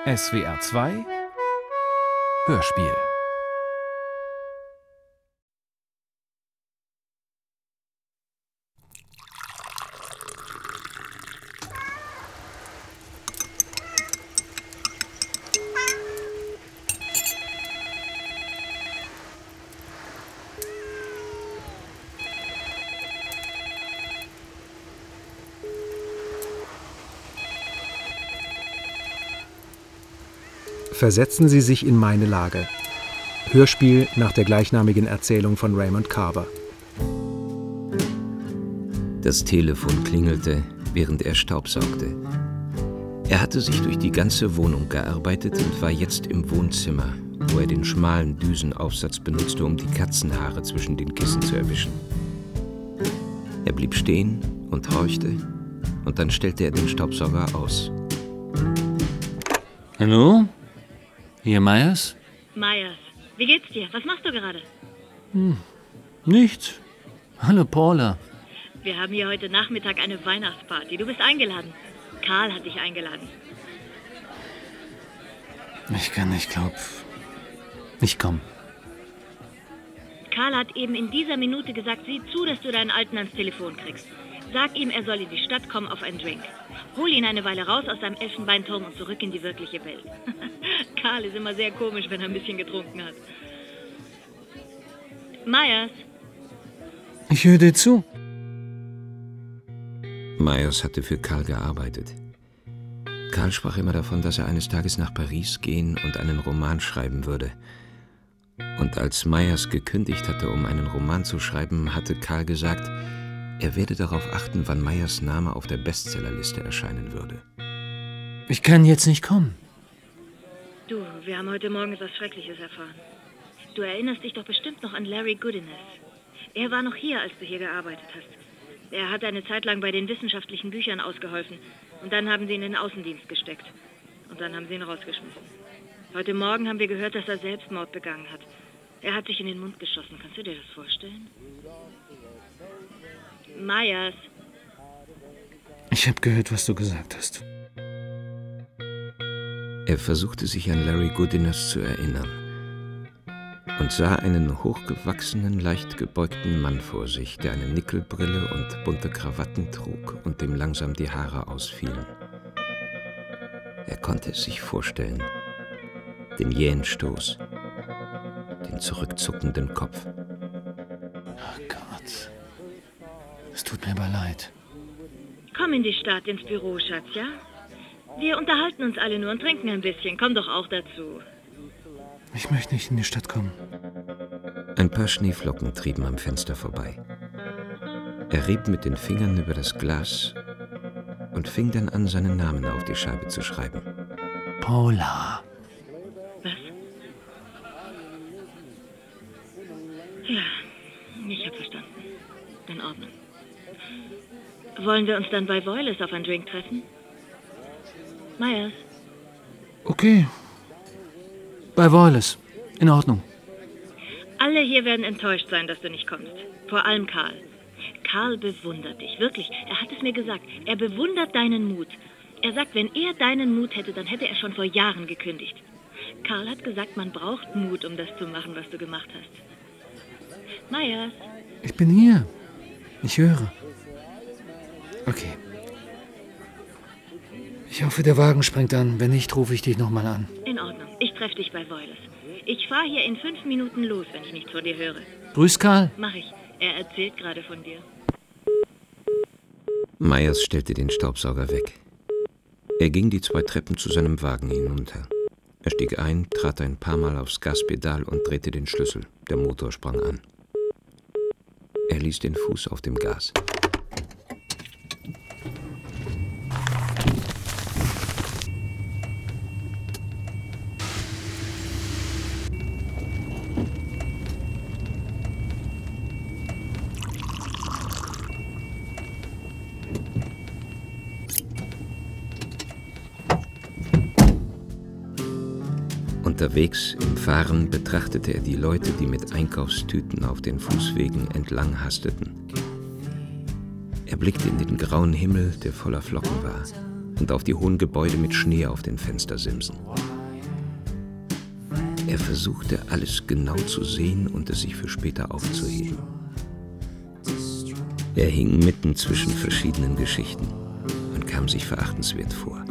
SWR 2 Hörspiel. Versetzen Sie sich in meine Lage. Hörspiel nach der gleichnamigen Erzählung von Raymond Carver. Das Telefon klingelte, während er staubsaugte. Er hatte sich durch die ganze Wohnung gearbeitet und war jetzt im Wohnzimmer, wo er den schmalen Düsenaufsatz benutzte, um die Katzenhaare zwischen den Kissen zu erwischen. Er blieb stehen und horchte, und dann stellte er den Staubsauger aus. Hallo? Hier Myers? Myers, wie geht's dir? Was machst du gerade? Nichts. Hallo Paula. Wir haben hier heute Nachmittag eine Weihnachtsparty. Du bist eingeladen. Karl hat dich eingeladen. Ich glaube, ich komm. Karl hat eben in dieser Minute gesagt, sieh zu, dass du deinen Alten ans Telefon kriegst. Sag ihm, er soll in die Stadt kommen auf einen Drink. Hol ihn eine Weile raus aus seinem Elfenbeinturm und zurück in die wirkliche Welt. Karl ist immer sehr komisch, wenn er ein bisschen getrunken hat. Myers. Ich höre dir zu. Myers hatte für Karl gearbeitet. Karl sprach immer davon, dass er eines Tages nach Paris gehen und einen Roman schreiben würde. Und als Myers gekündigt hatte, um einen Roman zu schreiben, hatte Karl gesagt, er werde darauf achten, wann Myers Name auf der Bestsellerliste erscheinen würde. Ich kann jetzt nicht kommen. Du, wir haben heute Morgen etwas Schreckliches erfahren. Du erinnerst dich doch bestimmt noch an Larry Goodiness. Er war noch hier, als du hier gearbeitet hast. Er hat eine Zeit lang bei den wissenschaftlichen Büchern ausgeholfen. Und dann haben sie ihn in den Außendienst gesteckt. Und dann haben sie ihn rausgeschmissen. Heute Morgen haben wir gehört, dass er Selbstmord begangen hat. Er hat sich in den Mund geschossen. Kannst du dir das vorstellen? Myers. Ich habe gehört, was du gesagt hast. Er versuchte sich an Larry Goodiness zu erinnern und sah einen hochgewachsenen, leicht gebeugten Mann vor sich, der eine Nickelbrille und bunte Krawatten trug und dem langsam die Haare ausfielen. Er konnte es sich vorstellen, den jähen Stoß, den zurückzuckenden Kopf. Oh Gott, es tut mir aber leid. Komm in die Stadt, ins Büro, Schatz, ja? Wir unterhalten uns alle nur und trinken ein bisschen. Komm doch auch dazu. Ich möchte nicht in die Stadt kommen. Ein paar Schneeflocken trieben am Fenster vorbei. Er rieb mit den Fingern über das Glas und fing dann an, seinen Namen auf die Scheibe zu schreiben. Paula. Was? Ja, ich habe verstanden. In Ordnung. Wollen wir uns dann bei Voiles auf einen Drink treffen? Myers. Okay. Bei Voiles. In Ordnung. Alle hier werden enttäuscht sein, dass du nicht kommst. Vor allem Karl. Karl bewundert dich, wirklich. Er hat es mir gesagt. Er bewundert deinen Mut. Er sagt, wenn er deinen Mut hätte, dann hätte er schon vor Jahren gekündigt. Karl hat gesagt, man braucht Mut, um das zu machen, was du gemacht hast. Myers. Ich bin hier. Ich höre. Okay. Ich hoffe, der Wagen springt an. Wenn nicht, rufe ich dich nochmal an. In Ordnung. Ich treffe dich bei Voiles. Ich fahre hier in 5 Minuten los, wenn ich nichts von dir höre. Grüß Karl. Mach ich. Er erzählt gerade von dir. Myers stellte den Staubsauger weg. Er ging die 2 Treppen zu seinem Wagen hinunter. Er stieg ein, trat ein paar Mal aufs Gaspedal und drehte den Schlüssel. Der Motor sprang an. Er ließ den Fuß auf dem Gas. Unterwegs im Fahren betrachtete er die Leute, die mit Einkaufstüten auf den Fußwegen entlang hasteten. Er blickte in den grauen Himmel, der voller Flocken war. und auf die hohen Gebäude mit Schnee auf den Fenstersimsen. Er versuchte, alles genau zu sehen und es sich für später aufzuheben. Er hing mitten zwischen verschiedenen Geschichten und kam sich verachtenswert vor.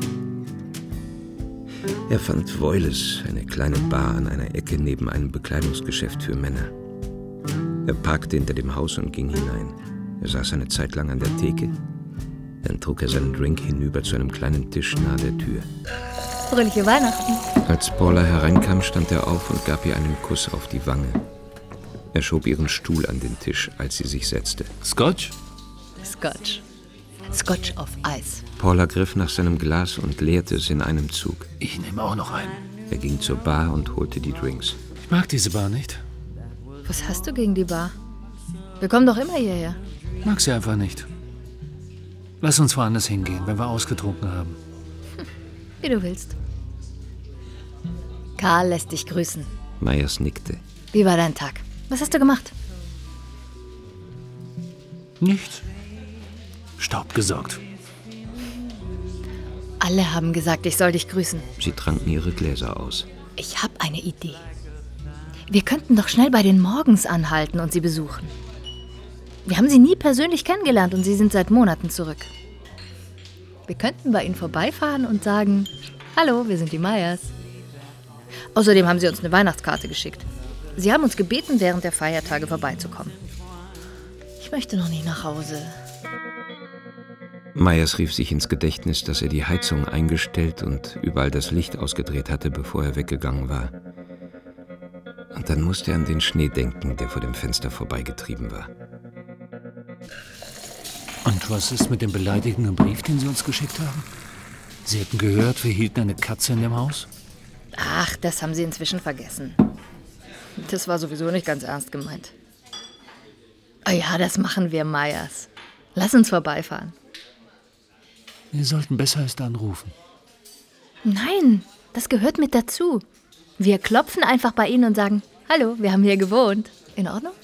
Er fand Voiles, eine kleine Bar an einer Ecke neben einem Bekleidungsgeschäft für Männer. Er parkte hinter dem Haus und ging hinein. Er saß eine Zeit lang an der Theke. Dann trug er seinen Drink hinüber zu einem kleinen Tisch nahe der Tür. Fröhliche Weihnachten. Als Paula hereinkam, stand er auf und gab ihr einen Kuss auf die Wange. Er schob ihren Stuhl an den Tisch, als sie sich setzte. Scotch? Scotch. Scotch auf Eis. Paula griff nach seinem Glas und leerte es in einem Zug. Ich nehme auch noch einen. Er ging zur Bar und holte die Drinks. Ich mag diese Bar nicht. Was hast du gegen die Bar? Wir kommen doch immer hierher. Mag sie einfach nicht. Lass uns woanders hingehen, wenn wir ausgetrunken haben. Wie du willst. Karl lässt dich grüßen. Myers nickte. Wie war dein Tag? Was hast du gemacht? Nichts. Staub gesaugt. Alle haben gesagt, ich soll dich grüßen. Sie tranken ihre Gläser aus. Ich habe eine Idee. Wir könnten doch schnell bei den Morgens anhalten und sie besuchen. Wir haben sie nie persönlich kennengelernt und sie sind seit Monaten zurück. Wir könnten bei ihnen vorbeifahren und sagen, hallo, wir sind die Myers. Außerdem haben sie uns eine Weihnachtskarte geschickt. Sie haben uns gebeten, während der Feiertage vorbeizukommen. Ich möchte noch nicht nach Hause. Myers rief sich ins Gedächtnis, dass er die Heizung eingestellt und überall das Licht ausgedreht hatte, bevor er weggegangen war. Und dann musste er an den Schnee denken, der vor dem Fenster vorbeigetrieben war. Und was ist mit dem beleidigenden Brief, den Sie uns geschickt haben? Sie hätten gehört, wir hielten eine Katze in dem Haus? Ach, das haben sie inzwischen vergessen. Das war sowieso nicht ganz ernst gemeint. Oh ja, das machen wir, Myers. Lass uns vorbeifahren. Wir sollten besser erst anrufen. Nein, das gehört mit dazu. Wir klopfen einfach bei ihnen und sagen, hallo, wir haben hier gewohnt. In Ordnung?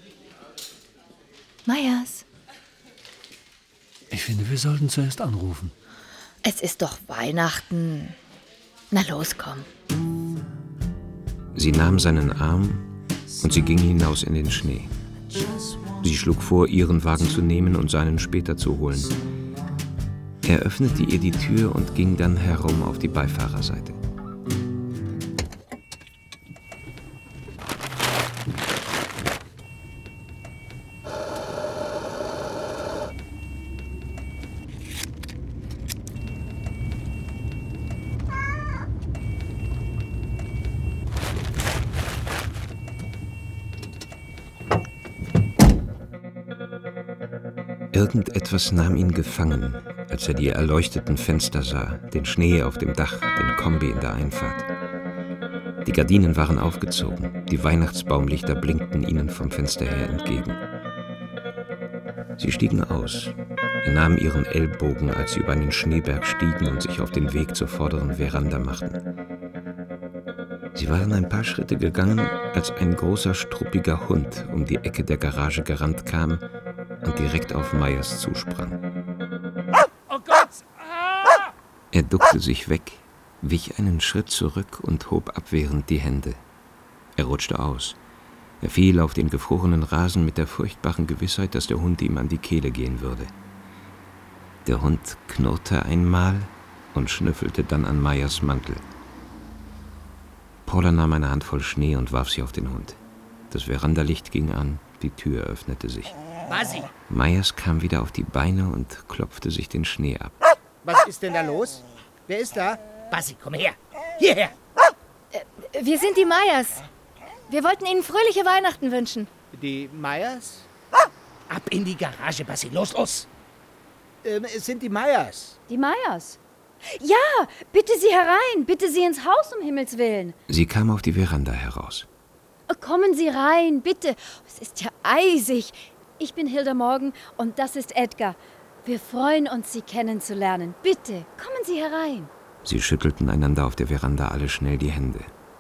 Myers. Ich finde, wir sollten zuerst anrufen. Es ist doch Weihnachten. Na los, komm. Sie nahm seinen Arm und sie ging hinaus in den Schnee. Sie schlug vor, ihren Wagen zu nehmen und seinen später zu holen. Er öffnete ihr die Tür und ging dann herum auf die Beifahrerseite. Irgendetwas nahm ihn gefangen, als er die erleuchteten Fenster sah, den Schnee auf dem Dach, den Kombi in der Einfahrt. Die Gardinen waren aufgezogen, die Weihnachtsbaumlichter blinkten ihnen vom Fenster her entgegen. Sie stiegen aus. Er nahm ihren Ellbogen, als sie über einen Schneeberg stiegen und sich auf den Weg zur vorderen Veranda machten. Sie waren ein paar Schritte gegangen, als ein großer, struppiger Hund um die Ecke der Garage gerannt kam und direkt auf Myers zusprang. Oh Gott! Er duckte sich weg, wich einen Schritt zurück und hob abwehrend die Hände. Er rutschte aus. Er fiel auf den gefrorenen Rasen mit der furchtbaren Gewissheit, dass der Hund ihm an die Kehle gehen würde. Der Hund knurrte einmal und schnüffelte dann an Myers Mantel. Paula nahm eine Handvoll Schnee und warf sie auf den Hund. Das Verandalicht ging an, die Tür öffnete sich. Basi, Myers kam wieder auf die Beine und klopfte sich den Schnee ab. was ist denn da los? Wer ist da? Basi, komm her. Hierher. Wir sind die Myers. Wir wollten Ihnen fröhliche Weihnachten wünschen. Die Myers? Ab in die Garage, Basi. Los, los. Es sind die Myers. Die Myers? Ja, bitte Sie herein. Bitte Sie ins Haus, um Himmels Willen. Sie kam auf die Veranda heraus. Kommen Sie rein, bitte. Es ist ja eisig. Ich bin Hilda Morgan und das ist Edgar. Wir freuen uns, Sie kennenzulernen. Bitte, kommen Sie herein. Sie schüttelten einander auf der Veranda alle schnell die Hände.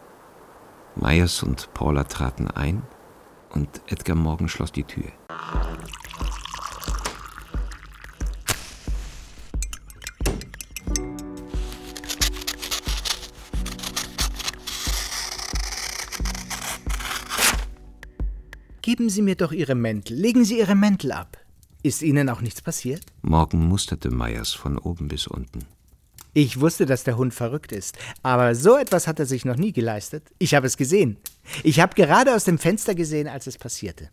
Myers und Paula traten ein und Edgar Morgan schloss die Tür. Geben Sie mir doch Ihre Mäntel. Legen Sie Ihre Mäntel ab. Ist Ihnen auch nichts passiert? Morgan musterte Myers von oben bis unten. Ich wusste, dass der Hund verrückt ist, aber so etwas hat er sich noch nie geleistet. Ich habe es gesehen. Ich habe gerade aus dem Fenster gesehen, als es passierte.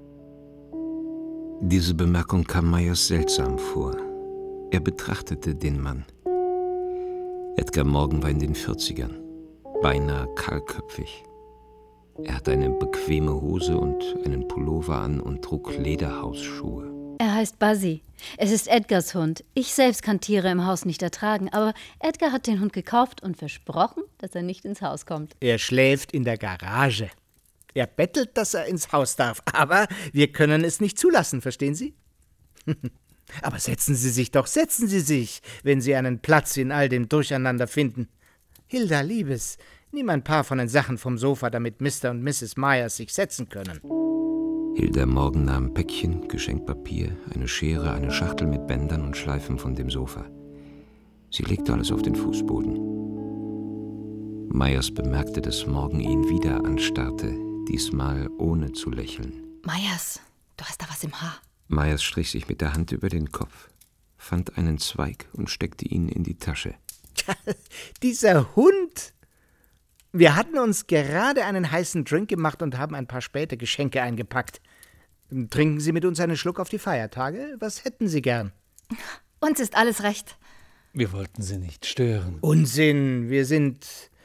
Diese Bemerkung kam Myers seltsam vor. Er betrachtete den Mann. Edgar Morgan war in den 40ern, beinahe kahlköpfig. Er hatte eine bequeme Hose und einen Pullover an und trug Lederhausschuhe. Er heißt Buzzy. Es ist Edgars Hund. Ich selbst kann Tiere im Haus nicht ertragen, aber Edgar hat den Hund gekauft und versprochen, dass er nicht ins Haus kommt. Er schläft in der Garage. Er bettelt, dass er ins Haus darf, aber wir können es nicht zulassen, verstehen Sie? Aber setzen Sie sich doch, setzen Sie sich, wenn Sie einen Platz in all dem Durcheinander finden. Hilda, Liebes, nimm ein paar von den Sachen vom Sofa, damit Mr. und Mrs. Myers sich setzen können. Hilda Morgan nahm Päckchen, Geschenkpapier, eine Schere, eine Schachtel mit Bändern und Schleifen von dem Sofa. Sie legte alles auf den Fußboden. Myers bemerkte, dass Morgan ihn wieder anstarrte, diesmal ohne zu lächeln. Myers, du hast da was im Haar. Myers strich sich mit der Hand über den Kopf, fand einen Zweig und steckte ihn in die Tasche. Dieser Hund! Wir hatten uns gerade einen heißen Drink gemacht und haben ein paar späte Geschenke eingepackt. Trinken Sie mit uns einen Schluck auf die Feiertage? Was hätten Sie gern? Uns ist alles recht. Wir wollten Sie nicht stören. Unsinn, wir sind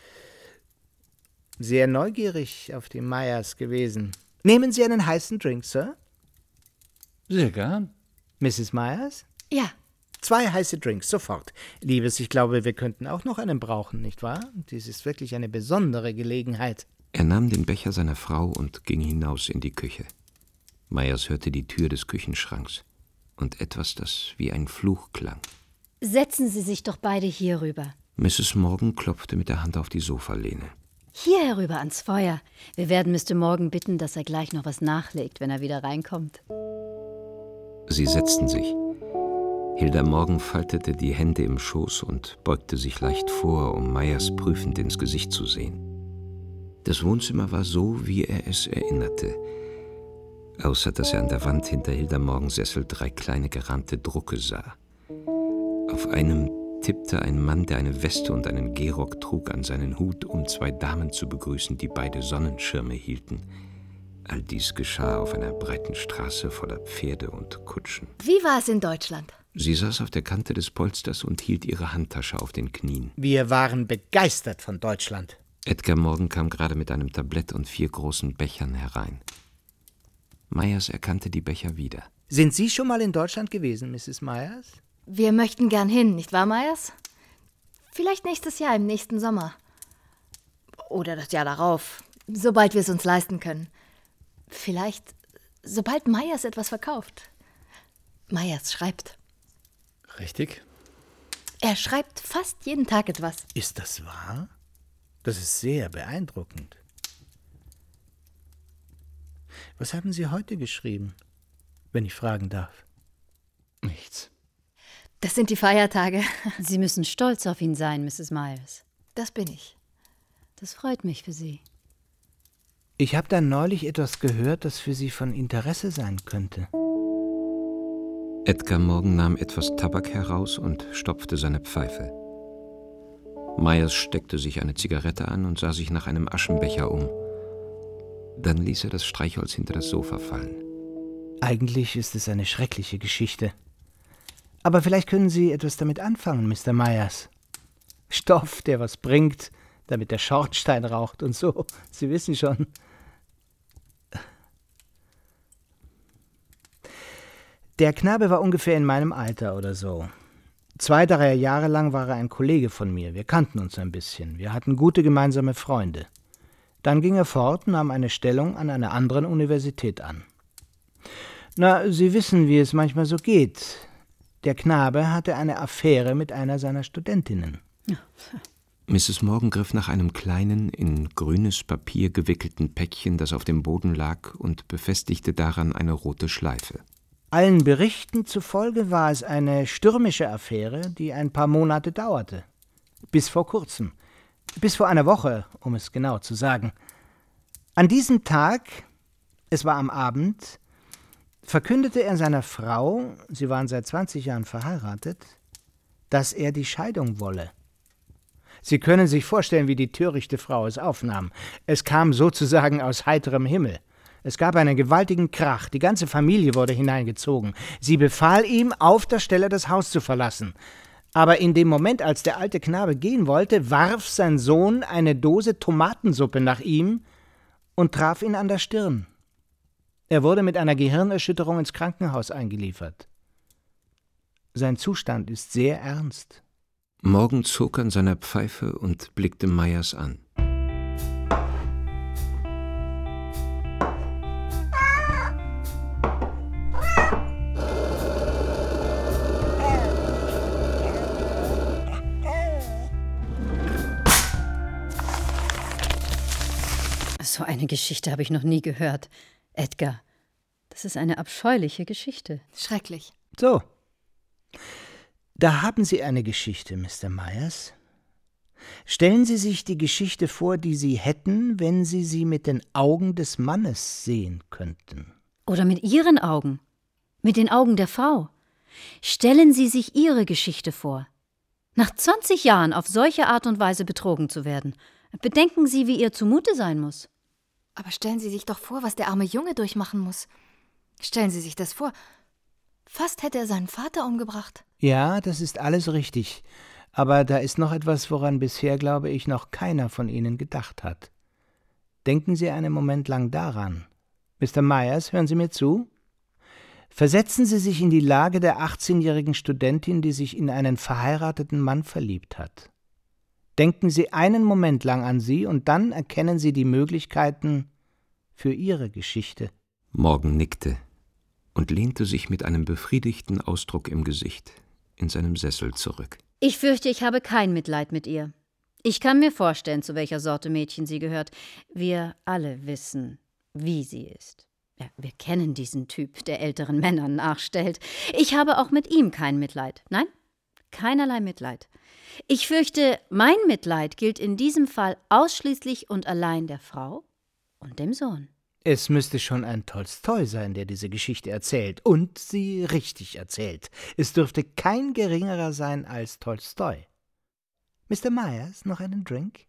sehr neugierig auf die Myers gewesen. Nehmen Sie einen heißen Drink, Sir? Sehr gern. Mrs. Myers? Ja. 2 heiße Drinks, sofort. Liebes, ich glaube, wir könnten auch noch einen brauchen, nicht wahr? Dies ist wirklich eine besondere Gelegenheit. Er nahm den Becher seiner Frau und ging hinaus in die Küche. Myers hörte die Tür des Küchenschranks und etwas, das wie ein Fluch klang. Setzen Sie sich doch beide hier rüber. Mrs. Morgan klopfte mit der Hand auf die Sofalehne. Hier herüber ans Feuer. Wir werden Mr. Morgan bitten, dass er gleich noch was nachlegt, wenn er wieder reinkommt. Sie setzten sich. Hilda Morgan faltete die Hände im Schoß und beugte sich leicht vor, um Myers prüfend ins Gesicht zu sehen. Das Wohnzimmer war so, wie er es erinnerte, außer dass er an der Wand hinter Hilda Morgens Sessel 3 kleine gerahmte Drucke sah. Auf einem tippte ein Mann, der eine Weste und einen Gehrock trug, an seinen Hut, um 2 Damen zu begrüßen, die beide Sonnenschirme hielten. All dies geschah auf einer breiten Straße voller Pferde und Kutschen. Wie war es in Deutschland? Sie saß auf der Kante des Polsters und hielt ihre Handtasche auf den Knien. Wir waren begeistert von Deutschland. Edgar Morgan kam gerade mit einem Tablett und 4 großen Bechern herein. Myers erkannte die Becher wieder. Sind Sie schon mal in Deutschland gewesen, Mrs. Myers? Wir möchten gern hin, nicht wahr, Myers? Vielleicht nächstes Jahr, im nächsten Sommer. Oder das Jahr darauf, sobald wir es uns leisten können. Vielleicht, sobald Myers etwas verkauft. Myers schreibt. Richtig? Er schreibt fast jeden Tag etwas. Ist das wahr? Das ist sehr beeindruckend. Was haben Sie heute geschrieben, wenn ich fragen darf? Nichts. Das sind die Feiertage. Sie müssen stolz auf ihn sein, Mrs. Myers. Das bin ich. Das freut mich für Sie. Ich habe da neulich etwas gehört, das für Sie von Interesse sein könnte. Edgar Morgan nahm etwas Tabak heraus und stopfte seine Pfeife. Myers steckte sich eine Zigarette an und sah sich nach einem Aschenbecher um. Dann ließ er das Streichholz hinter das Sofa fallen. Eigentlich ist es eine schreckliche Geschichte. Aber vielleicht können Sie etwas damit anfangen, Mr. Myers. Stoff, der was bringt, damit der Schornstein raucht und so. Sie wissen schon. Der Knabe war ungefähr in meinem Alter oder so. 2, 3 Jahre lang war er ein Kollege von mir. Wir kannten uns ein bisschen. Wir hatten gute gemeinsame Freunde. Dann ging er fort, nahm eine Stellung an einer anderen Universität an. Na, Sie wissen, wie es manchmal so geht. Der Knabe hatte eine Affäre mit einer seiner Studentinnen. Mrs. Morgan griff nach einem kleinen, in grünes Papier gewickelten Päckchen, das auf dem Boden lag, und befestigte daran eine rote Schleife. Allen Berichten zufolge war es eine stürmische Affäre, die ein paar Monate dauerte. Bis vor kurzem. Bis vor einer Woche, um es genau zu sagen. An diesem Tag, Es war am Abend, verkündete er seiner Frau, sie waren seit 20 Jahren verheiratet, dass er die Scheidung wolle. Sie können sich vorstellen, wie die törichte Frau es aufnahm. Es kam sozusagen aus heiterem Himmel. Es gab einen gewaltigen Krach, die ganze Familie wurde hineingezogen. Sie befahl ihm, auf der Stelle das Haus zu verlassen. Aber in dem Moment, als der alte Knabe gehen wollte, warf sein Sohn eine Dose Tomatensuppe nach ihm und traf ihn an der Stirn. Er wurde mit einer Gehirnerschütterung ins Krankenhaus eingeliefert. Sein Zustand ist sehr ernst. Morgan zog an seiner Pfeife und blickte Myers an. So eine Geschichte habe ich noch nie gehört. Edgar, das ist eine abscheuliche Geschichte. Schrecklich. So. Da haben Sie eine Geschichte, Mr. Myers. Stellen Sie sich die Geschichte vor, die Sie hätten, wenn Sie sie mit den Augen des Mannes sehen könnten. Oder mit Ihren Augen. Mit den Augen der Frau. Stellen Sie sich Ihre Geschichte vor. Nach 20 Jahren auf solche Art und Weise betrogen zu werden. Bedenken Sie, wie ihr zumute sein muss. Aber stellen Sie sich doch vor, was der arme Junge durchmachen muss. Stellen Sie sich das vor. Fast hätte er seinen Vater umgebracht. Ja, das ist alles richtig. Aber da ist noch etwas, woran bisher, glaube ich, noch keiner von Ihnen gedacht hat. Denken Sie einen Moment lang daran. Mr. Myers, hören Sie mir zu? Versetzen Sie sich in die Lage der 18-jährigen Studentin, die sich in einen verheirateten Mann verliebt hat. Denken Sie einen Moment lang an sie und dann erkennen Sie die Möglichkeiten für Ihre Geschichte. Morgan nickte und lehnte sich mit einem befriedigten Ausdruck im Gesicht in seinem Sessel zurück. Ich fürchte, ich habe kein Mitleid mit ihr. Ich kann mir vorstellen, zu welcher Sorte Mädchen sie gehört. Wir alle wissen, wie sie ist. Ja, wir kennen diesen Typ, der älteren Männern nachstellt. Ich habe auch mit ihm kein Mitleid. Nein, keinerlei Mitleid. Ich fürchte, mein Mitleid gilt in diesem Fall ausschließlich und allein der Frau und dem Sohn. Es müsste schon ein Tolstoi sein, der diese Geschichte erzählt und sie richtig erzählt. Es dürfte kein geringerer sein als Tolstoi. Mr. Myers, noch einen Drink?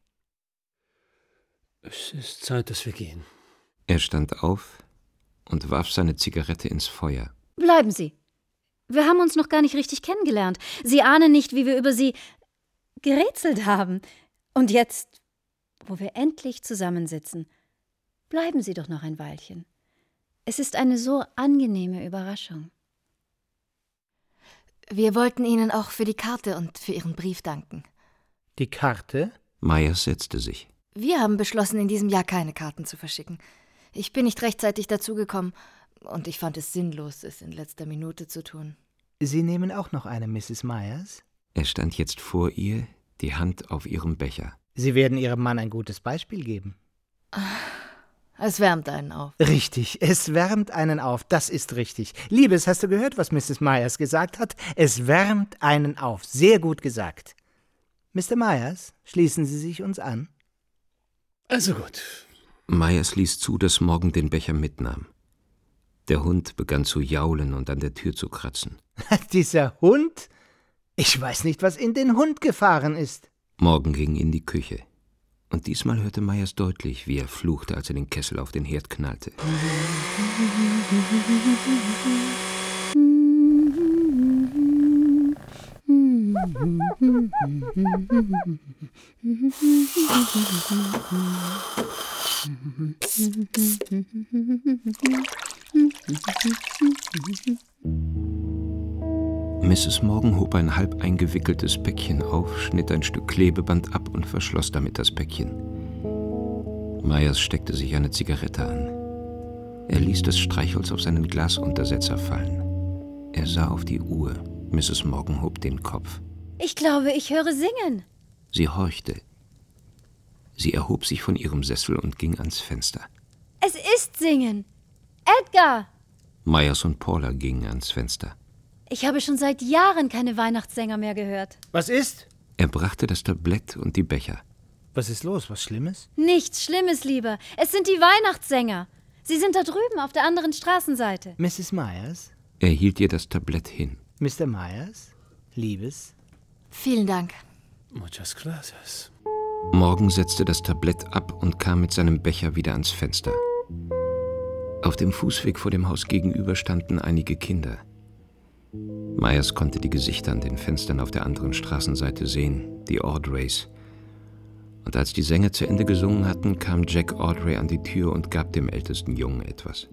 Es ist Zeit, dass wir gehen. Er stand auf und warf seine Zigarette ins Feuer. Bleiben Sie. Wir haben uns noch gar nicht richtig kennengelernt. Sie ahnen nicht, wie wir über Sie gerätselt haben. Und jetzt, wo wir endlich zusammensitzen, bleiben Sie doch noch ein Weilchen. Es ist eine so angenehme Überraschung. Wir wollten Ihnen auch für die Karte und für Ihren Brief danken. Die Karte? Myers setzte sich. Wir haben beschlossen, in diesem Jahr keine Karten zu verschicken. Ich bin nicht rechtzeitig dazugekommen und ich fand es sinnlos, es in letzter Minute zu tun. Sie nehmen auch noch eine, Mrs. Myers? Er stand jetzt vor ihr, die Hand auf ihrem Becher. Sie werden Ihrem Mann ein gutes Beispiel geben. Es wärmt einen auf. Richtig, es wärmt einen auf, das ist richtig. Liebes, hast du gehört, was Mrs. Myers gesagt hat? Es wärmt einen auf, sehr gut gesagt. Mr. Myers, schließen Sie sich uns an? Also gut. Myers ließ zu, dass Morgan den Becher mitnahm. Der Hund begann zu jaulen und an der Tür zu kratzen. Dieser Hund? Ich weiß nicht, was in den Hund gefahren ist. Morgan ging in die Küche. Und diesmal hörte Myers deutlich, wie er fluchte, als er den Kessel auf den Herd knallte. Mrs. Morgan hob ein halb eingewickeltes Päckchen auf, schnitt ein Stück Klebeband ab und verschloss damit das Päckchen. Myers steckte sich eine Zigarette an. Er ließ das Streichholz auf seinen Glasuntersetzer fallen. Er sah auf die Uhr. Mrs. Morgan hob den Kopf. Ich glaube, ich höre singen. Sie horchte. Sie erhob sich von ihrem Sessel und ging ans Fenster. Es ist Singen. Edgar! Myers und Paula gingen ans Fenster. Ich habe schon seit Jahren keine Weihnachtssänger mehr gehört. Was ist? Er brachte das Tablett und die Becher. Was ist los? Was Schlimmes? Nichts Schlimmes, Lieber. Es sind die Weihnachtssänger. Sie sind da drüben auf der anderen Straßenseite. Mrs. Myers? Er hielt ihr das Tablett hin. Mr. Myers? Liebes? Vielen Dank. Muchas gracias. Morgan setzte das Tablett ab und kam mit seinem Becher wieder ans Fenster. Auf dem Fußweg vor dem Haus gegenüber standen einige Kinder. Myers konnte die Gesichter an den Fenstern auf der anderen Straßenseite sehen, die Audreys. Und als die Sänger zu Ende gesungen hatten, kam Jack Audrey an die Tür und gab dem ältesten Jungen etwas.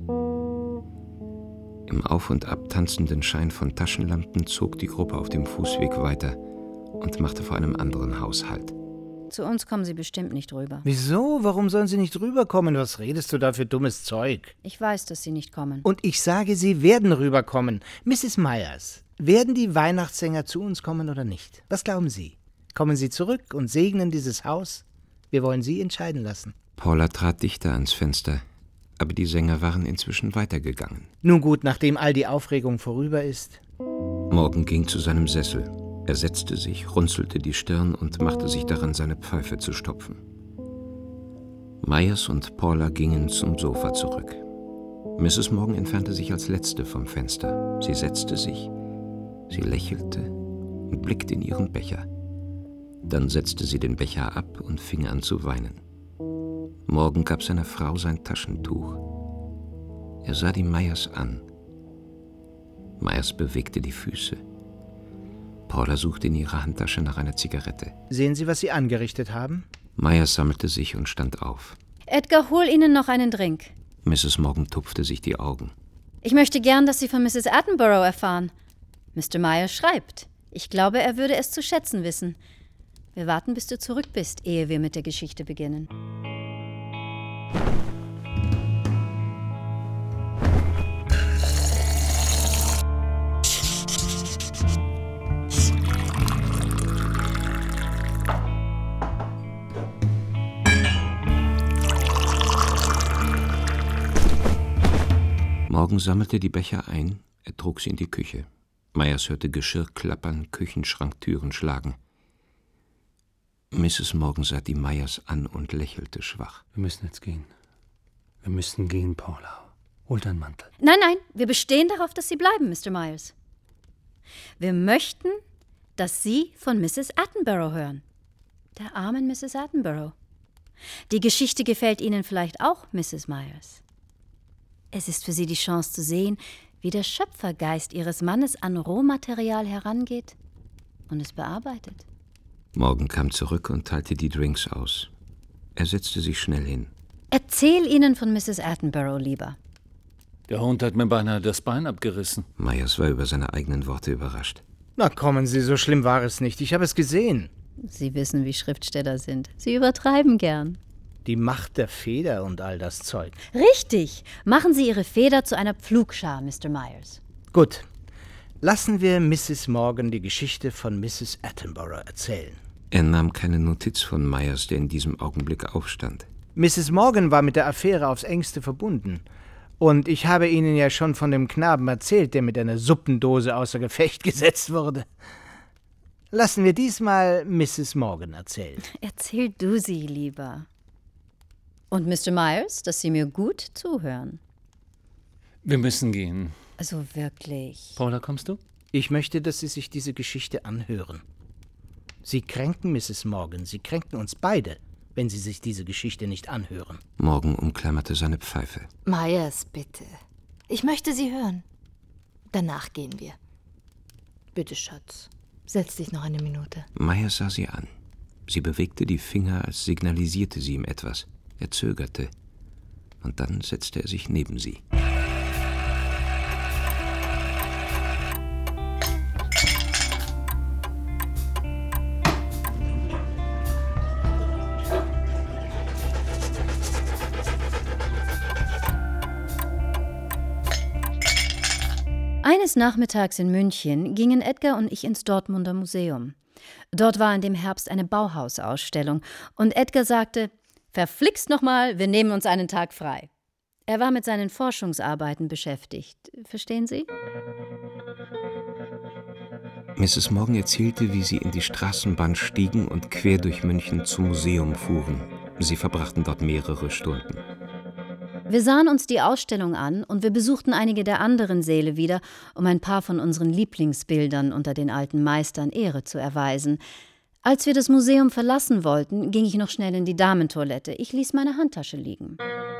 Im Auf- und Ab tanzenden Schein von Taschenlampen zog die Gruppe auf dem Fußweg weiter und machte vor einem anderen Haus Halt. Zu uns kommen Sie bestimmt nicht rüber. Wieso? Warum sollen sie nicht rüberkommen? Was redest du da für dummes Zeug? Ich weiß, dass Sie nicht kommen. Und ich sage, sie werden rüberkommen. Mrs. Myers, werden die Weihnachtssänger zu uns kommen oder nicht? Was glauben Sie? Kommen sie zurück und segnen dieses Haus? Wir wollen Sie entscheiden lassen. Paula trat dichter ans Fenster, aber die Sänger waren inzwischen weitergegangen. Nun gut, nachdem all die Aufregung vorüber ist. Morgan ging zu seinem Sessel. Er setzte sich, runzelte die Stirn und machte sich daran, seine Pfeife zu stopfen. Myers und Paula gingen zum Sofa zurück. Mrs. Morgan entfernte sich als Letzte vom Fenster. Sie setzte sich, sie lächelte und blickte in ihren Becher. Dann setzte sie den Becher ab und fing an zu weinen. Morgan gab seiner Frau sein Taschentuch. Er sah die Myers an. Myers bewegte die Füße. Paula suchte in ihrer Handtasche nach einer Zigarette. Sehen Sie, was Sie angerichtet haben? Myers sammelte sich und stand auf. Edgar, hol Ihnen noch einen Drink. Mrs. Morgan tupfte sich die Augen. Ich möchte gern, dass Sie von Mrs. Attenborough erfahren. Mr. Myers schreibt. Ich glaube, er würde es zu schätzen wissen. Wir warten, bis du zurück bist, ehe wir mit der Geschichte beginnen. Morgan sammelte die Becher ein, er trug sie in die Küche. Myers hörte Geschirr klappern, Küchenschranktüren schlagen. Mrs. Morgan sah die Myers an und lächelte schwach. Wir müssen jetzt gehen. Wir müssen gehen, Paula. Hol deinen Mantel. Nein, wir bestehen darauf, dass Sie bleiben, Mr. Myers. Wir möchten, dass Sie von Mrs. Attenborough hören. Der armen Mrs. Attenborough. Die Geschichte gefällt Ihnen vielleicht auch, Mrs. Myers. Es ist für Sie die Chance zu sehen, wie der Schöpfergeist Ihres Mannes an Rohmaterial herangeht und es bearbeitet. Morgan kam zurück und teilte die Drinks aus. Er setzte sich schnell hin. Erzähl Ihnen von Mrs. Attenborough lieber. Der Hund hat mir beinahe das Bein abgerissen. Myers war über seine eigenen Worte überrascht. Na kommen Sie, so schlimm war es nicht. Ich habe es gesehen. Sie wissen, wie Schriftsteller sind. Sie übertreiben gern. Die Macht der Feder und all das Zeug. Richtig. Machen Sie Ihre Feder zu einer Pflugschar, Mr. Myers. Gut. Lassen wir Mrs. Morgan die Geschichte von Mrs. Attenborough erzählen. Er nahm keine Notiz von Myers, der in diesem Augenblick aufstand. Mrs. Morgan war mit der Affäre aufs Engste verbunden. Und ich habe Ihnen ja schon von dem Knaben erzählt, der mit einer Suppendose außer Gefecht gesetzt wurde. Lassen wir diesmal Mrs. Morgan erzählen. Erzähl du sie lieber. Und Mr. Myers, dass Sie mir gut zuhören. Wir müssen gehen. Also wirklich. Paula, kommst du? Ich möchte, dass Sie sich diese Geschichte anhören. Sie kränken Mrs. Morgan, Sie kränken uns beide, wenn Sie sich diese Geschichte nicht anhören. Morgan umklammerte seine Pfeife. Myers, bitte. Ich möchte Sie hören. Danach gehen wir. Bitte, Schatz. Setz dich noch eine Minute. Myers sah sie an. Sie bewegte die Finger, als signalisierte sie ihm etwas. Er zögerte. Und dann setzte er sich neben sie. Eines Nachmittags in München gingen Edgar und ich ins Dortmunder Museum. Dort war in dem Herbst eine Bauhausausstellung und Edgar sagte, verflixt nochmal, wir nehmen uns einen Tag frei. Er war mit seinen Forschungsarbeiten beschäftigt. Verstehen Sie? Mrs. Morgan erzählte, wie sie in die Straßenbahn stiegen und quer durch München zum Museum fuhren. Sie verbrachten dort mehrere Stunden. Wir sahen uns die Ausstellung an und wir besuchten einige der anderen Säle wieder, um ein paar von unseren Lieblingsbildern unter den alten Meistern Ehre zu erweisen. Als wir das Museum verlassen wollten, ging ich noch schnell in die Damentoilette. Ich ließ meine Handtasche liegen.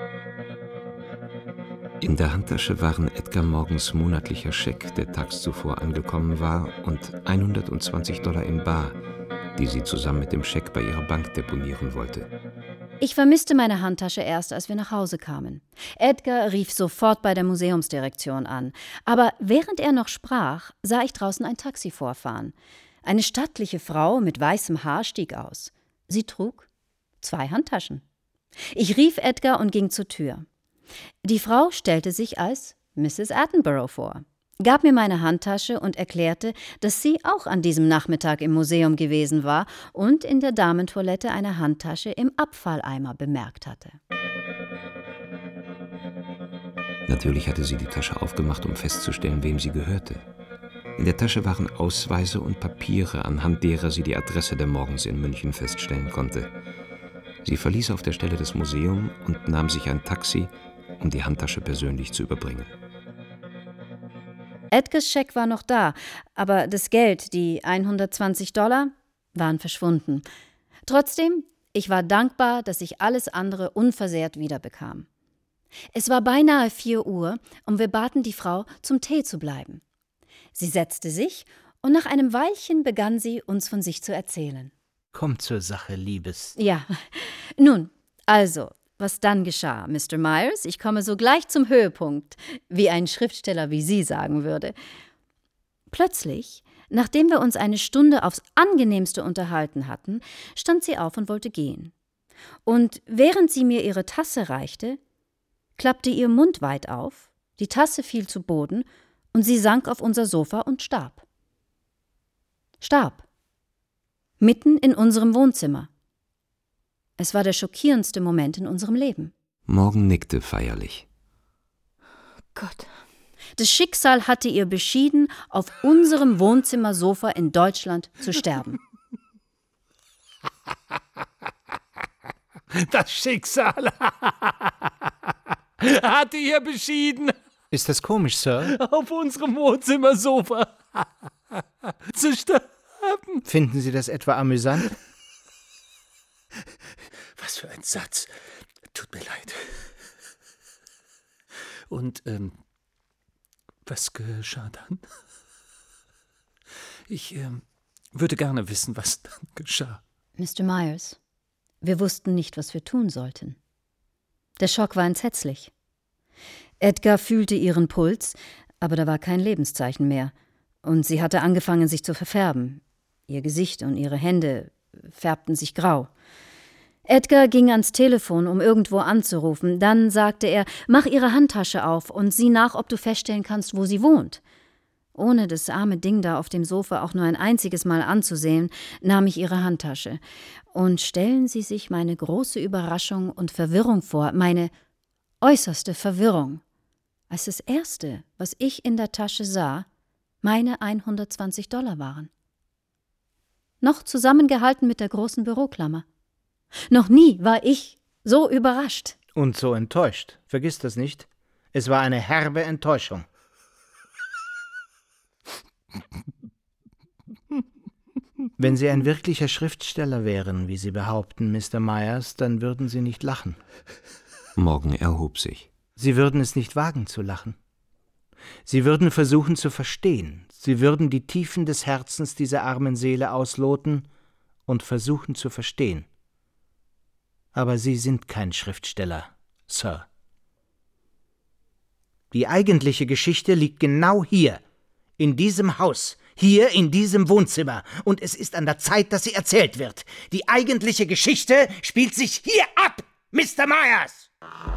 In der Handtasche waren Edgar Morgans monatlicher Scheck, der tags zuvor angekommen war, und $120 in bar, die sie zusammen mit dem Scheck bei ihrer Bank deponieren wollte. Ich vermisste meine Handtasche erst, als wir nach Hause kamen. Edgar rief sofort bei der Museumsdirektion an. Aber während er noch sprach, sah ich draußen ein Taxi vorfahren. Eine stattliche Frau mit weißem Haar stieg aus. Sie trug 2 Handtaschen. Ich rief Edgar und ging zur Tür. Die Frau stellte sich als Mrs. Attenborough vor, gab mir meine Handtasche und erklärte, dass sie auch an diesem Nachmittag im Museum gewesen war und in der Damentoilette eine Handtasche im Abfalleimer bemerkt hatte. Natürlich hatte sie die Tasche aufgemacht, um festzustellen, wem sie gehörte. In der Tasche waren Ausweise und Papiere, anhand derer sie die Adresse der Morgans in München feststellen konnte. Sie verließ auf der Stelle das Museum und nahm sich ein Taxi, um die Handtasche persönlich zu überbringen. Edgars Scheck war noch da, aber das Geld, die $120, waren verschwunden. Trotzdem, ich war dankbar, dass ich alles andere unversehrt wiederbekam. Es war beinahe 4 Uhr und wir baten die Frau, zum Tee zu bleiben. Sie setzte sich und nach einem Weilchen begann sie, uns von sich zu erzählen. Komm zur Sache, Liebes. Ja, nun, also, was dann geschah, Mr. Myers, ich komme sogleich zum Höhepunkt, wie ein Schriftsteller wie Sie sagen würde. Plötzlich, nachdem wir uns eine Stunde aufs Angenehmste unterhalten hatten, stand sie auf und wollte gehen. Und während sie mir ihre Tasse reichte, klappte ihr Mund weit auf, die Tasse fiel zu Boden und sie sank auf unser Sofa und starb. Starb. Mitten in unserem Wohnzimmer. Es war der schockierendste Moment in unserem Leben. Morgan nickte feierlich. Gott. Das Schicksal hatte ihr beschieden, auf unserem Wohnzimmersofa in Deutschland zu sterben. Das Schicksal hatte ihr beschieden, Ist das komisch, Sir? auf unserem Wohnzimmersofa zu sterben. Finden Sie das etwa amüsant? Was für ein Satz. Tut mir leid. Und, was geschah dann? Ich, würde gerne wissen, was dann geschah. Mr. Myers, wir wussten nicht, was wir tun sollten. Der Schock war entsetzlich. Edgar fühlte ihren Puls, aber da war kein Lebenszeichen mehr. Und sie hatte angefangen, sich zu verfärben. Ihr Gesicht und ihre Hände färbten sich grau. Edgar ging ans Telefon, um irgendwo anzurufen. Dann sagte er, mach ihre Handtasche auf und sieh nach, ob du feststellen kannst, wo sie wohnt. Ohne das arme Ding da auf dem Sofa auch nur ein einziges Mal anzusehen, nahm ich ihre Handtasche. Und stellen Sie sich meine große Überraschung und Verwirrung vor, meine äußerste Verwirrung, als das Erste, was ich in der Tasche sah, meine $120 waren. Noch zusammengehalten mit der großen Büroklammer. Noch nie war ich so überrascht. Und so enttäuscht. Vergiss das nicht. Es war eine herbe Enttäuschung. Wenn Sie ein wirklicher Schriftsteller wären, wie Sie behaupten, Mr. Myers, dann würden Sie nicht lachen. Morgan erhob sich. Sie würden es nicht wagen zu lachen. Sie würden versuchen zu verstehen. Sie würden die Tiefen des Herzens dieser armen Seele ausloten und versuchen zu verstehen. Aber Sie sind kein Schriftsteller, Sir. Die eigentliche Geschichte liegt genau hier, in diesem Haus, hier in diesem Wohnzimmer. Und es ist an der Zeit, dass sie erzählt wird. Die eigentliche Geschichte spielt sich hier ab, Mr. Myers!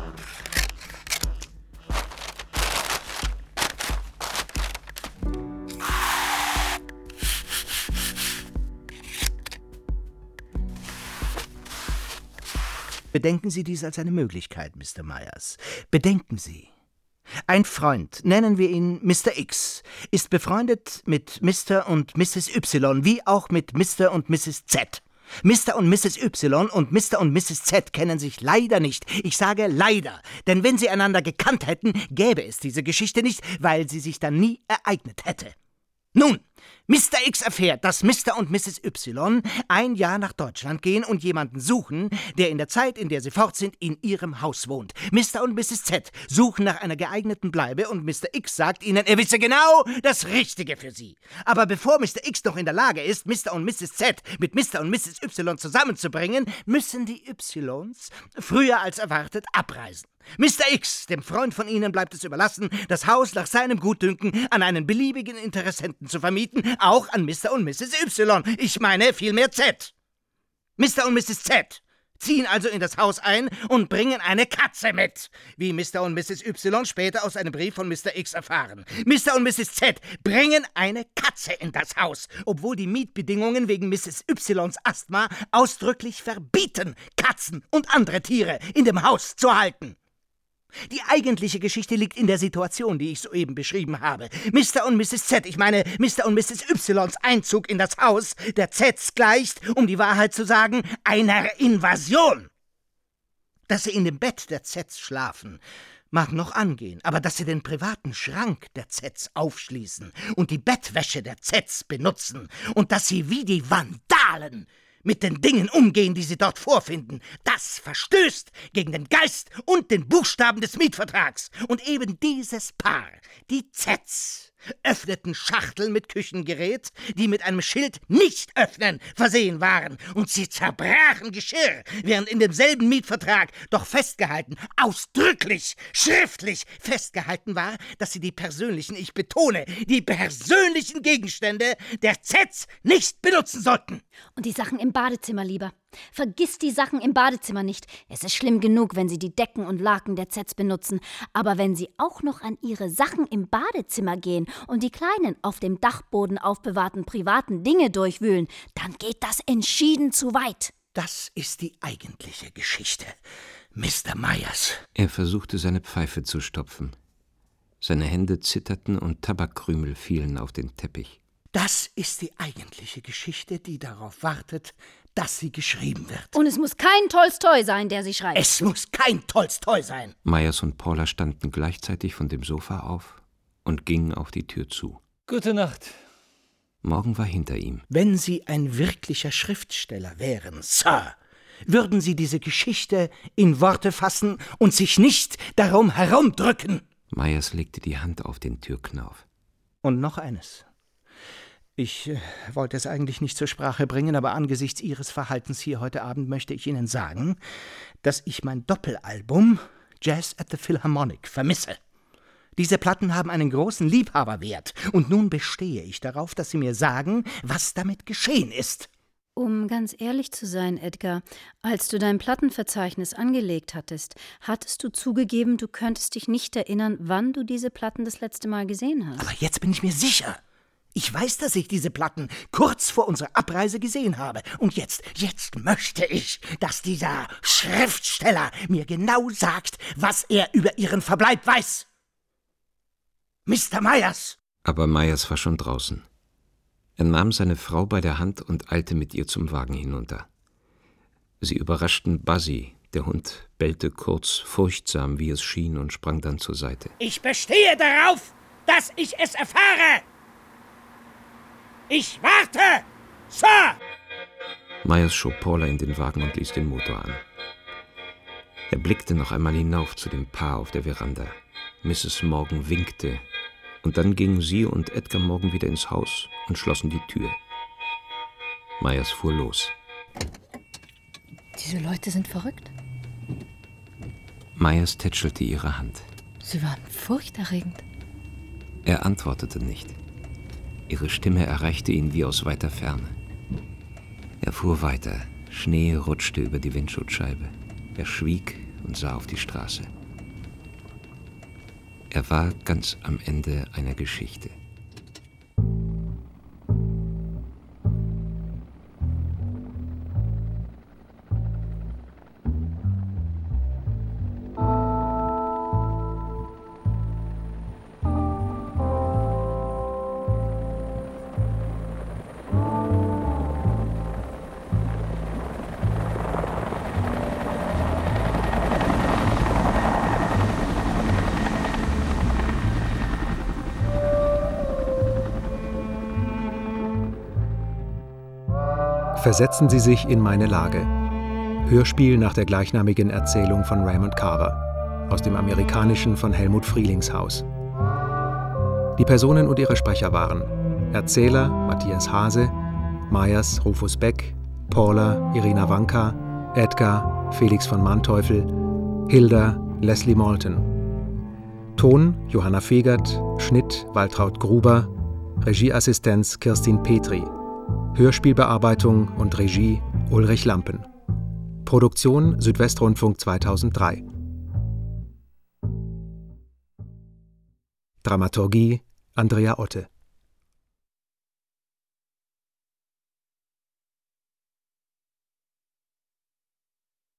Bedenken Sie dies als eine Möglichkeit, Mr. Myers. Bedenken Sie. Ein Freund, nennen wir ihn Mr. X, ist befreundet mit Mr. und Mrs. Y, wie auch mit Mr. und Mrs. Z. Mr. und Mrs. Y und Mr. und Mrs. Z kennen sich leider nicht. Ich sage leider, denn wenn sie einander gekannt hätten, gäbe es diese Geschichte nicht, weil sie sich dann nie ereignet hätte. Nun, Mr. X erfährt, dass Mr. und Mrs. Y ein Jahr nach Deutschland gehen und jemanden suchen, der in der Zeit, in der sie fort sind, in ihrem Haus wohnt. Mr. und Mrs. Z suchen nach einer geeigneten Bleibe und Mr. X sagt ihnen, er wisse genau das Richtige für sie. Aber bevor Mr. X noch in der Lage ist, Mr. und Mrs. Z mit Mr. und Mrs. Y zusammenzubringen, müssen die Ys früher als erwartet abreisen. Mr. X, dem Freund von ihnen, bleibt es überlassen, das Haus nach seinem Gutdünken an einen beliebigen Interessenten zu vermieten, auch an Mr. und Mrs. Y. Ich meine vielmehr Z. Mr. und Mrs. Z ziehen also in das Haus ein und bringen eine Katze mit, wie Mr. und Mrs. Y später aus einem Brief von Mr. X erfahren. Mr. und Mrs. Z bringen eine Katze in das Haus, obwohl die Mietbedingungen wegen Mrs. Ys Asthma ausdrücklich verbieten, Katzen und andere Tiere in dem Haus zu halten. Die eigentliche Geschichte liegt in der Situation, die ich soeben beschrieben habe. Mr. und Mrs. Z, ich meine Mr. und Mrs. Ys Einzug in das Haus der Zs gleicht, um die Wahrheit zu sagen, einer Invasion. Dass sie in dem Bett der Zs schlafen, mag noch angehen, aber dass sie den privaten Schrank der Zs aufschließen und die Bettwäsche der Zs benutzen und dass sie wie die Vandalen mit den Dingen umgehen, die sie dort vorfinden, das verstößt gegen den Geist und den Buchstaben des Mietvertrags. Und eben dieses Paar, die Zs, öffneten Schachteln mit Küchengerät, die mit einem Schild »Nicht öffnen« versehen waren, und sie zerbrachen Geschirr, während in demselben Mietvertrag doch festgehalten, ausdrücklich, schriftlich festgehalten war, dass sie die persönlichen, ich betone, die persönlichen Gegenstände der Zs nicht benutzen sollten. Und die Sachen im Badezimmer lieber. Vergiss die Sachen im Badezimmer nicht. Es ist schlimm genug, wenn Sie die Decken und Laken der Zs benutzen. Aber wenn Sie auch noch an Ihre Sachen im Badezimmer gehen und die kleinen, auf dem Dachboden aufbewahrten privaten Dinge durchwühlen, dann geht das entschieden zu weit. Das ist die eigentliche Geschichte, Mr. Myers. Er versuchte, seine Pfeife zu stopfen. Seine Hände zitterten und Tabakkrümel fielen auf den Teppich. Das ist die eigentliche Geschichte, die darauf wartet, dass sie geschrieben wird. Und es muss kein Tolstoi sein, der sie schreibt. Es muss kein Tolstoi sein. Myers und Paula standen gleichzeitig von dem Sofa auf und gingen auf die Tür zu. Gute Nacht. Morgen war hinter ihm. Wenn Sie ein wirklicher Schriftsteller wären, Sir, würden Sie diese Geschichte in Worte fassen und sich nicht darum herumdrücken. Myers legte die Hand auf den Türknauf. Und noch eines. Ich wollte es eigentlich nicht zur Sprache bringen, aber angesichts Ihres Verhaltens hier heute Abend möchte ich Ihnen sagen, dass ich mein Doppelalbum Jazz at the Philharmonic vermisse. Diese Platten haben einen großen Liebhaberwert, und nun bestehe ich darauf, dass Sie mir sagen, was damit geschehen ist. Um ganz ehrlich zu sein, Edgar, als du dein Plattenverzeichnis angelegt hattest, hattest du zugegeben, du könntest dich nicht erinnern, wann du diese Platten das letzte Mal gesehen hast. Aber jetzt bin ich mir sicher. Ich weiß, dass ich diese Platten kurz vor unserer Abreise gesehen habe. Und jetzt möchte ich, dass dieser Schriftsteller mir genau sagt, was er über ihren Verbleib weiß. Mr. Myers! Aber Myers war schon draußen. Er nahm seine Frau bei der Hand und eilte mit ihr zum Wagen hinunter. Sie überraschten Buzzy. Der Hund bellte kurz, furchtsam, wie es schien, und sprang dann zur Seite. Ich bestehe darauf, dass ich es erfahre! Ich warte, Sir! Myers schob Paula in den Wagen und ließ den Motor an. Er blickte noch einmal hinauf zu dem Paar auf der Veranda. Mrs. Morgan winkte, und dann gingen sie und Edgar Morgan wieder ins Haus und schlossen die Tür. Myers fuhr los. Diese Leute sind verrückt. Myers tätschelte ihre Hand. Sie waren furchterregend. Er antwortete nicht. Ihre Stimme erreichte ihn wie aus weiter Ferne. Er fuhr weiter. Schnee rutschte über die Windschutzscheibe. Er schwieg und sah auf die Straße. Er war ganz am Ende einer Geschichte. Versetzen Sie sich in meine Lage. Hörspiel nach der gleichnamigen Erzählung von Raymond Carver aus dem amerikanischen von Helmut Frielingshaus. Die Personen und ihre Sprecher waren Erzähler Matthias Hase, Myers Rufus Beck, Paula Irina Wanka, Edgar Felix von Manteuffel, Hilda Leslie Malton. Ton Johanna Fegert, Schnitt Waltraud Gruber, Regieassistenz Kirstin Petri, Hörspielbearbeitung und Regie Ulrich Lampen. Produktion Südwestrundfunk 2003. Dramaturgie Andrea Otte.